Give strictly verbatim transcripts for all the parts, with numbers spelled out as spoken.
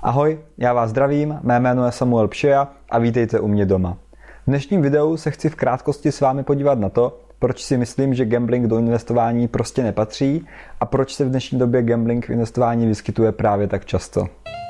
Ahoj, já vás zdravím, mé jméno je Samuel Pšeja a vítejte u mě doma. V dnešním videu se chci v krátkosti s vámi podívat na to, proč si myslím, že gambling do investování prostě nepatří a proč se v dnešní době gambling v investování vyskytuje právě tak často.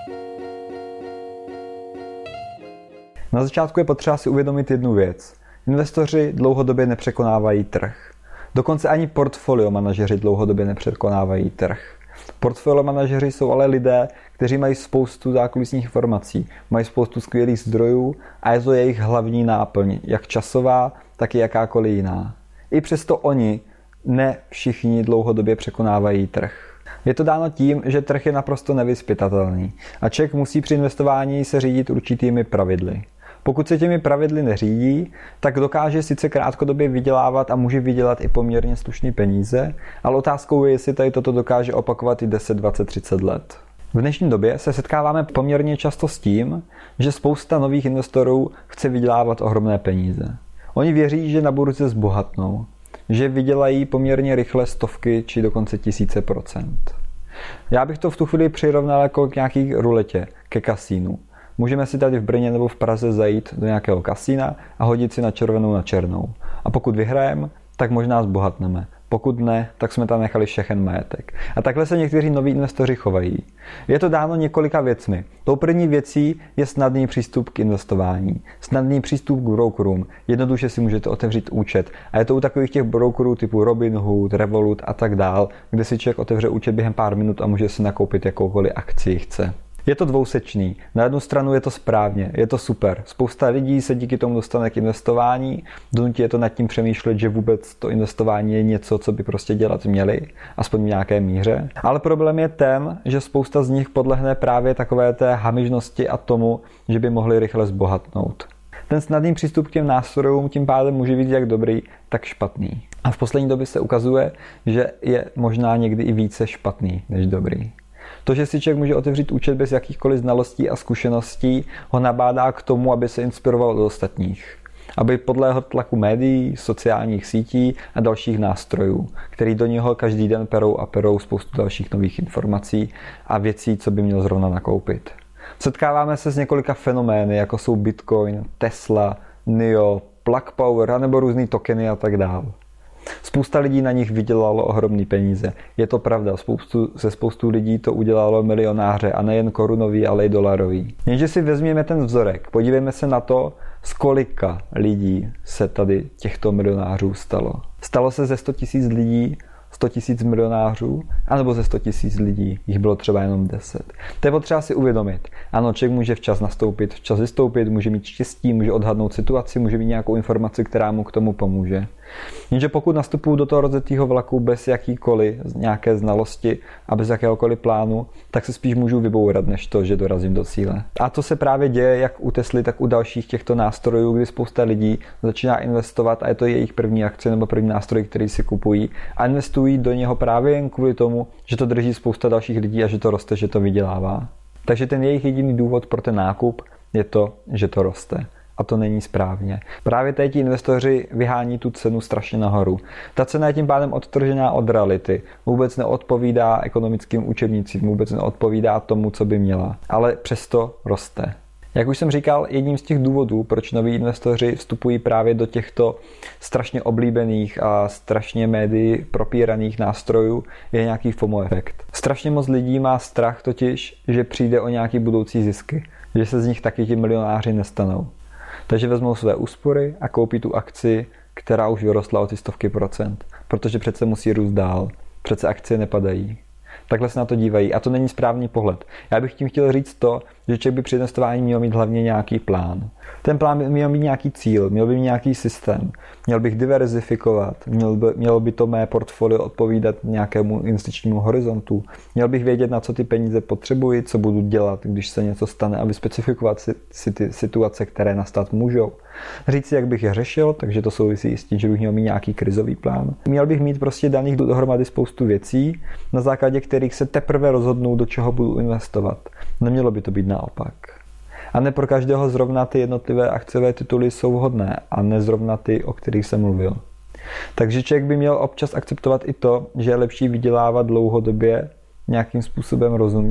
Na začátku je potřeba si uvědomit jednu věc. Investoři dlouhodobě nepřekonávají trh. Dokonce ani portfolio manažeři dlouhodobě nepřekonávají trh. Portfolio manažeři jsou ale lidé, kteří mají spoustu zákulisních informací, mají spoustu skvělých zdrojů a je to jejich hlavní náplň, jak časová, tak i jakákoliv jiná. I přesto oni ne všichni dlouhodobě překonávají trh. Je to dáno tím, že trh je naprosto nevyzpytatelný a člověk musí při investování se řídit určitými pravidly. Pokud se těmi pravidly neřídí, tak dokáže sice krátkodobě vydělávat a může vydělat i poměrně slušné peníze, ale otázkou je, jestli tady toto dokáže opakovat i deset, dvacet, třicet let. V dnešní době se setkáváme poměrně často s tím, že spousta nových investorů chce vydělávat ohromné peníze. Oni věří, že na burze zbohatnou, že vydělají poměrně rychle stovky či dokonce tisíce procent. Já bych to v tu chvíli přirovnal jako k nějaký ruletě, ke kasínu. Můžeme si tady v Brně nebo v Praze zajít do nějakého kasína a hodit si na červenou na černou. A pokud vyhrajeme, tak možná zbohatneme. Pokud ne, tak jsme tam nechali všechen majetek. A takhle se někteří noví investoři chovají. Je to dáno několika věcmi. Tou první věcí je snadný přístup k investování. Snadný přístup k brokerům. Jednoduše si můžete otevřít účet. A je to u takových těch brokerů typu Robinhood, Revolut a tak dál, kde si člověk otevře účet během pár minut a může si nakoupit jakoukoliv akci chce. Je to dvousečný. Na jednu stranu je to správně, je to super. Spousta lidí se díky tomu dostane k investování, donutí je to nad tím přemýšlet, že vůbec to investování je něco, co by prostě dělat měli, aspoň v nějaké míře. Ale problém je ten, že spousta z nich podlehne právě takové té hamižnosti a tomu, že by mohli rychle zbohatnout. Ten snadný přístup k těm nástrojům tím pádem může být jak dobrý, tak špatný. A v poslední době se ukazuje, že je možná někdy i více špatný než dobrý. To, že si člověk může otevřít účet bez jakýchkoliv znalostí a zkušeností, ho nabádá k tomu, aby se inspiroval od ostatních. Aby podléhl tlaku médií, sociálních sítí a dalších nástrojů, který do něho každý den perou a perou spoustu dalších nových informací a věcí, co by měl zrovna nakoupit. Setkáváme se s několika fenomény, jako jsou Bitcoin, Tesla, N I O, Plug Power, anebo různý tokeny a tak dále. Spousta lidí na nich vydělalo ohromné peníze. Je to pravda, spoustu, se spoustu lidí to udělalo milionáře a nejen korunový, ale i dolarový. Jenže si vezměme ten vzorek, podívejme se na to, z kolika lidí se tady těchto milionářů stalo. Stalo se ze sto tisíc lidí sto tisíc milionářů, anebo ze sto tisíc lidí jich bylo třeba jenom deset. To je potřeba si uvědomit. Ano, člověk může včas nastoupit, včas vystoupit, může mít štěstí, může odhadnout situaci, může mít nějakou informaci, která mu k tomu pomůže. Jenže pokud nastupuju do toho rozjetého vlaku bez jakýkoliv nějaké znalosti a bez jakéhokoliv plánu, tak se spíš můžu vybourat, než to, že dorazím do cíle. A to se právě děje jak u Tesly, tak u dalších těchto nástrojů, kdy spousta lidí začíná investovat a je to jejich první akce nebo první nástroj, který si kupují a investují do něho právě jen kvůli tomu, že to drží spousta dalších lidí a že to roste, že to vydělává. Takže ten jejich jediný důvod pro ten nákup je to, že to roste. A to není správně. Právě teď investoři vyhání tu cenu strašně nahoru. Ta cena je tím pádem odtržená od reality. Vůbec neodpovídá ekonomickým učebnicím, vůbec neodpovídá tomu, co by měla. Ale přesto roste. Jak už jsem říkal, jedním z těch důvodů, proč noví investoři vstupují právě do těchto strašně oblíbených a strašně médii propíraných nástrojů, je nějaký FOMO efekt. Strašně moc lidí má strach totiž, že přijde o nějaký budoucí zisky, že se z nich taky ti milionáři nestanou. Takže vezmou své úspory a koupí tu akci, která už vyrostla o ty stovky procent, protože přece musí růst dál, přece akcie nepadají. Takhle se na to dívají a to není správný pohled. Já bych tím chtěl říct to, že člověk by při investování měl mít hlavně nějaký plán. Ten plán by měl mít nějaký cíl, měl by mít nějaký systém, měl bych diverzifikovat, měl by, mělo by to mé portfolio odpovídat nějakému investičnímu horizontu, měl bych vědět, na co ty peníze potřebuji, co budu dělat, když se něco stane a vyspecifikovat si, si ty situace, které nastat můžou. Říct si, jak bych je řešil, takže to souvisí s tím, že bych měl mít nějaký krizový plán. Měl bych mít prostě daných dohromady spoustu věcí, na základě kterých se teprve rozhodnu, do čeho budu investovat. Nemělo by to být naopak. A ne pro každého zrovna ty jednotlivé akciové tituly jsou vhodné a ne zrovna ty, o kterých jsem mluvil. Takže člověk by měl občas akceptovat i to, že je lepší vydělávat dlouhodobě nějakým způsobem rozumně,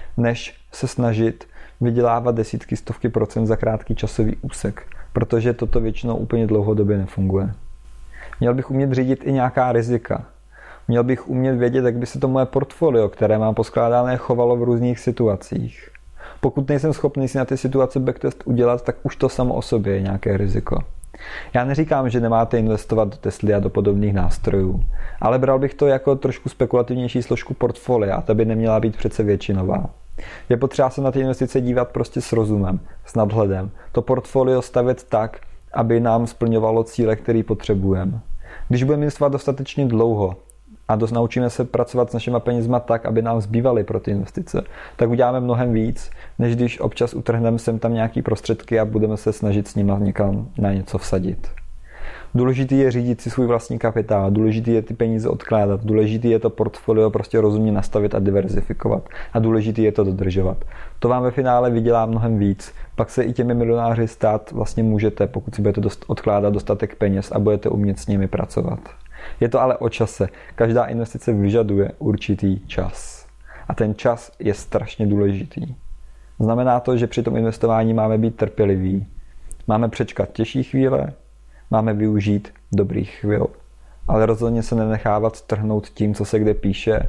než se snažit vydělávat desítky, stovky procent za krátký časový úsek, protože toto většinou úplně dlouhodobě nefunguje. Měl bych umět řídit i nějaká rizika. Měl bych umět vědět, jak by se to moje portfolio, které mám poskládané, chovalo v různých situacích. Pokud nejsem schopný si na ty situace backtest udělat, tak už to samo o sobě je nějaké riziko. Já neříkám, že nemáte investovat do Tesly a do podobných nástrojů, ale bral bych to jako trošku spekulativnější složku portfolia a ta by neměla být přece většinová. Je potřeba se na ty investice dívat prostě s rozumem, s nadhledem. To portfolio stavět tak, aby nám splňovalo cíle, který potřebujeme. Když budeme investovat dostatečně dlouho a dost naučíme se pracovat s našimi penězma tak, aby nám zbývaly pro ty investice, tak uděláme mnohem víc, než když občas utrhneme sem tam nějaký prostředky a budeme se snažit s nimi někam na něco vsadit. Důležitý je řídit si svůj vlastní kapitál, důležitý je ty peníze odkládat, důležitý je to portfolio prostě rozumně nastavit a diverzifikovat a důležitý je to dodržovat. To vám ve finále vydělá mnohem víc, pak se i těmi milionáři stát vlastně můžete, pokud si budete dost odkládat dostatek peněz a budete umět s nimi pracovat. Je to ale o čase. Každá investice vyžaduje určitý čas. A ten čas je strašně důležitý. Znamená to, že při tom investování máme být trpěliví. Máme přečkat těžší chvíle, máme využít dobrých chvíl. Ale rozhodně se nenechávat strhnout tím, co se kde píše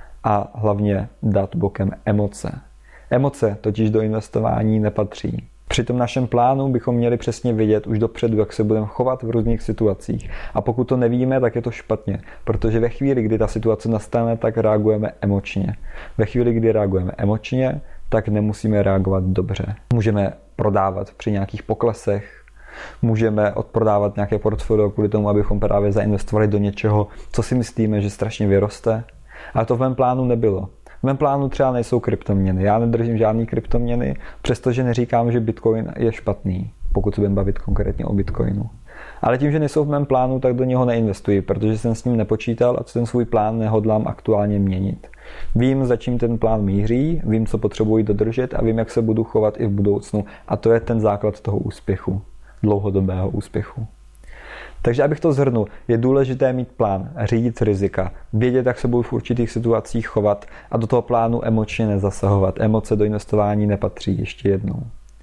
a hlavně dát bokem emoce. Emoce totiž do investování nepatří. Při tom našem plánu bychom měli přesně vědět už dopředu, jak se budeme chovat v různých situacích. A pokud to nevíme, tak je to špatně, protože ve chvíli, kdy ta situace nastane, tak reagujeme emočně. Ve chvíli, kdy reagujeme emočně, tak nemusíme reagovat dobře. Můžeme prodávat při nějakých poklesech, můžeme odprodávat nějaké portfolio kvůli tomu, abychom právě zainvestovali do něčeho, co si myslíme, že strašně vyroste. Ale to v mém plánu nebylo. V mém plánu třeba nejsou kryptoměny. Já nedržím žádný kryptoměny, přestože neříkám, že Bitcoin je špatný, pokud se budeme bavit konkrétně o Bitcoinu. Ale tím, že nejsou v mém plánu, tak do něho neinvestuji, protože jsem s ním nepočítal a ten svůj plán nehodlám aktuálně měnit. Vím, za čím ten plán míří, vím, co potřebuji dodržet a vím, jak se budu chovat i v budoucnu. A to je ten základ toho úspěchu, dlouhodobého úspěchu. Takže abych to shrnul, je důležité mít plán, řídit rizika, vědět, jak se budu v určitých situacích chovat a do toho plánu emočně nezasahovat. Emoce do investování nepatří, ještě jednou.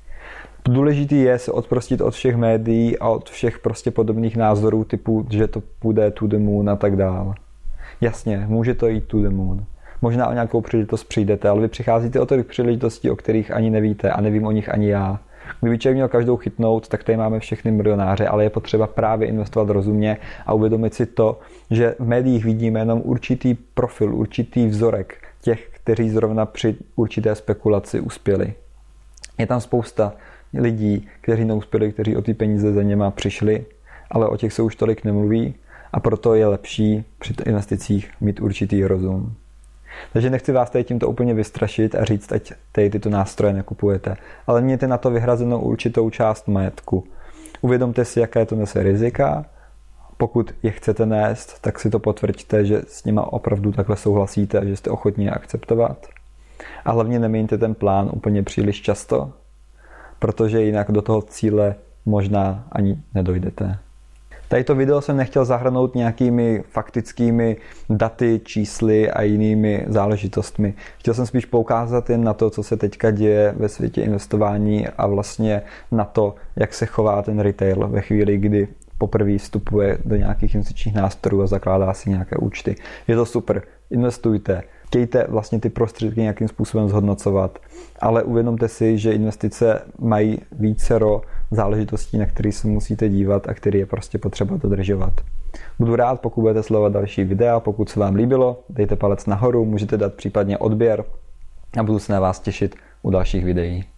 Důležitý je se odprostit od všech médií a od všech prostě podobných názorů typu, že to půjde to the moon a tak dál. Jasně, může to jít to the moon. Možná o nějakou příležitost přijdete, ale vy přicházíte o těch příležitostí, o kterých ani nevíte a nevím o nich ani já. Kdyby člověk měl každou chytnout, tak tady máme všechny milionáře, ale je potřeba právě investovat rozumně a uvědomit si to, že v médiích vidíme jenom určitý profil, určitý vzorek těch, kteří zrovna při určité spekulaci uspěli. Je tam spousta lidí, kteří neuspěli, kteří o ty peníze za něma přišli, ale o těch se už tolik nemluví a proto je lepší při investicích mít určitý rozum. Takže nechci vás tady tímto úplně vystrašit a říct, ať tady tyto nástroje nekupujete, ale mějte na to vyhrazenou určitou část majetku. Uvědomte si, jaké to nese rizika. Pokud je chcete nést, tak si to potvrďte, že s nima opravdu takhle souhlasíte a že jste ochotní je akceptovat. A hlavně neměňte ten plán úplně příliš často, protože jinak do toho cíle možná ani nedojdete. Tady to video jsem nechtěl zahrnout nějakými faktickými daty, čísly a jinými záležitostmi. Chtěl jsem spíš poukázat jen na to, co se teďka děje ve světě investování a vlastně na to, jak se chová ten retail ve chvíli, kdy poprvé vstupuje do nějakých investičních nástrojů a zakládá si nějaké účty. Je to super, investujte, chtějte vlastně ty prostředky nějakým způsobem zhodnocovat, ale uvědomte si, že investice mají vícero záležitostí, na které se musíte dívat a které je prostě potřeba dodržovat. Budu rád, pokud budete sledovat další videa, pokud se vám líbilo, dejte palec nahoru, můžete dát případně odběr a budu se na vás těšit u dalších videí.